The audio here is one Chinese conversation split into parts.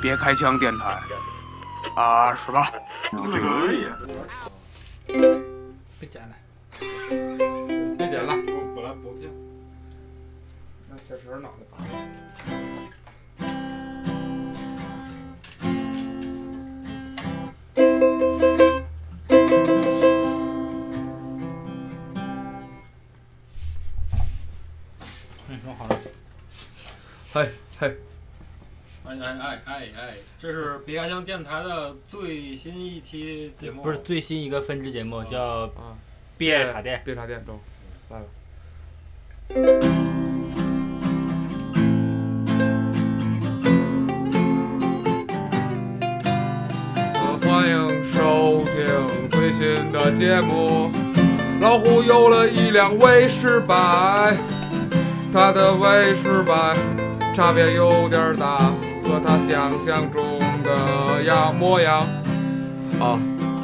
别开枪电台啊，是吧？ 可以。 别剪了， 别剪了， 不来不片。那小时候脑袋大。弄好了。 嘿嘿。 这是别开枪电台的最新一期节目， 不是最新一个分支节目，叫别插电。 别插电，走，来吧。欢迎收听最新的节目。老虎有了一辆卫士百，他的卫士百差别有点大，和他想象中的模样啊。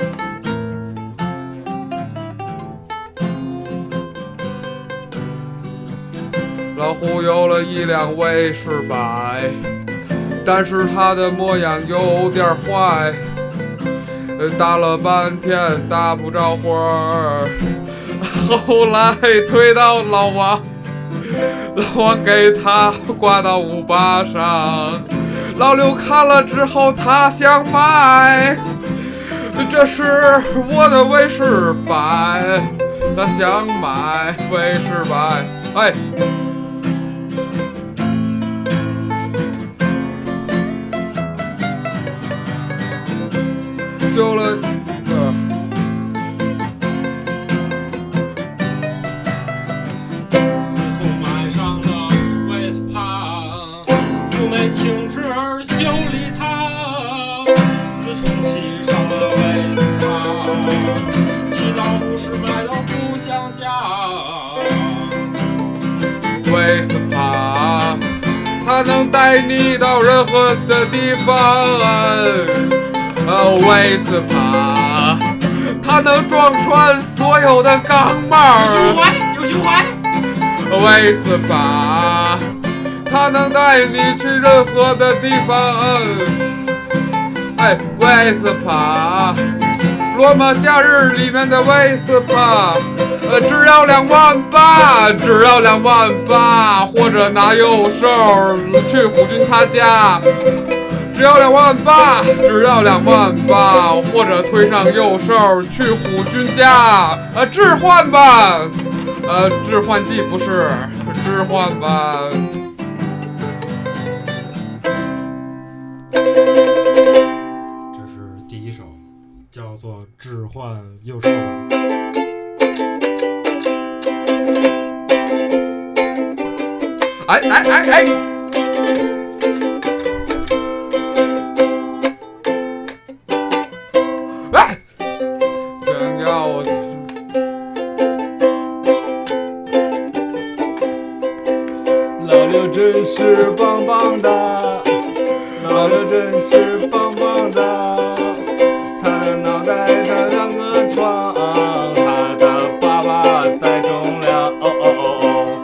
老虎有了一辆卫士百，但是他的模样有点坏，打了半天打不着火儿，后来推到老王，老王给他挂到5把上，老刘看了之后他想买，这是我的卫士百，他想买卫士百，哎。救了自从买上了威斯帕，就没停止修理它。自从骑上了威斯帕，骑到50迈都不想家。 威斯帕，它能带你到任何的地方。威斯帕，它能撞穿所有的钢帽。 有胸怀。 威斯帕，它能带你去任何的地方。哎，威斯帕，罗马假日里面的威斯帕，只要28000，只要28000，或者拿右手去虎军他家。只要28000，只要28000，或者推上右手去虎军家，置换吧，置换剂不是，置换吧。 这是第一首，叫做《置换右手吧》。 哎！ 老刘真是棒棒的，老刘真是棒棒的，他的脑袋上2个疮，他的爸爸栽种了，哦哦哦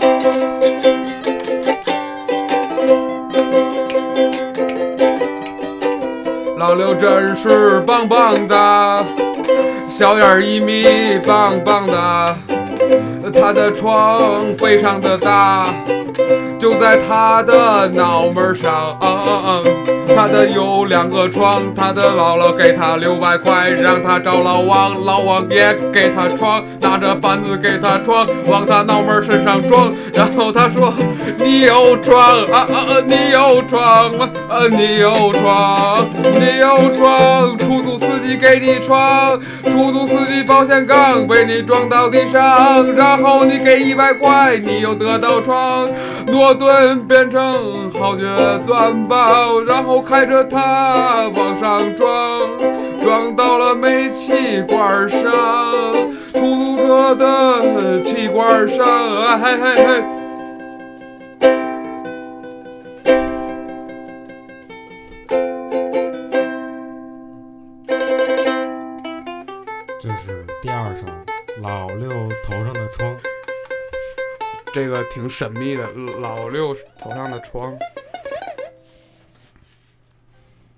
哦。老刘真是棒棒的，小眼1米，棒棒的，他的床非常的大，就在他的脑门上，他的有2个床，他的姥姥给他600块，让他找老王，老王也给他床，拿着板子给他床，往他脑门身上撞，然后他说：“你有床你有床你有床，你有床，出租司机给你床，出租司机保险杠被你撞到地上，然后你给100块，你又得到床，诺顿变成好绝钻宝，然后开着它往上撞到了煤气管上，出租车的气管上，嘿嘿嘿。 这是第2首，老六头上的疮。 这个挺神秘的，老六头上的疮。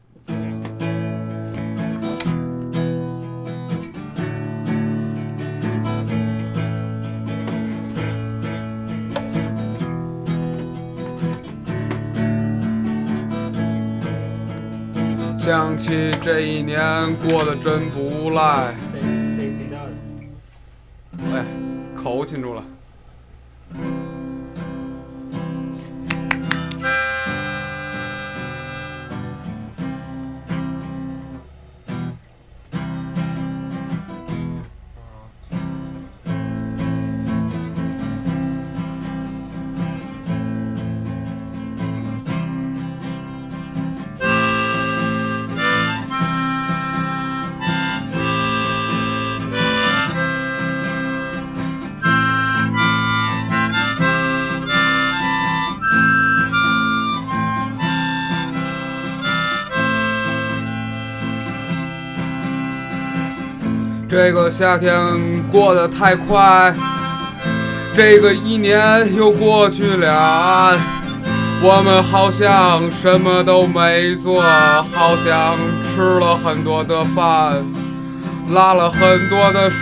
想起这一年过得真不赖。 谁掉的？ 哎，口亲住了。这个夏天过得太快，这个一年又过去了，我们好像什么都没做，好像吃了很多的饭，拉了很多的屎。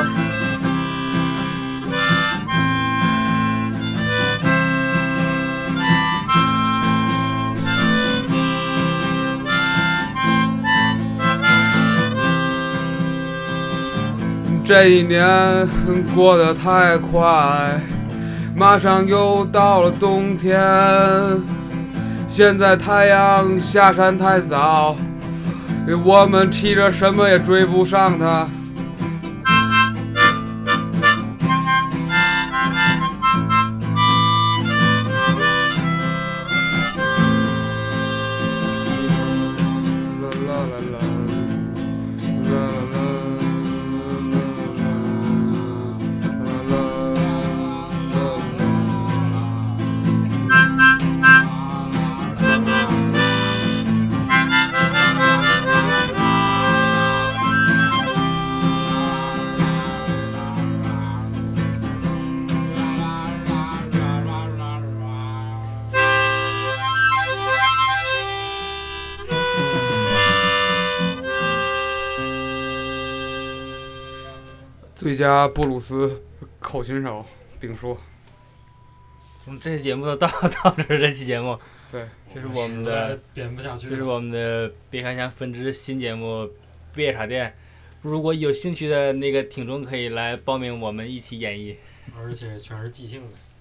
这一年过得太快，马上又到了冬天。现在太阳下山太早，我们骑着什么也追不上它。最佳布鲁斯口琴手丙说。 这期节目到这儿，这期节目， 对， 这是我们的编不下去了。 这是我们的别开箱分支新节目别野茶店。如果有兴趣的那个听众可以来报名，我们一起演绎。 而且全是即兴的。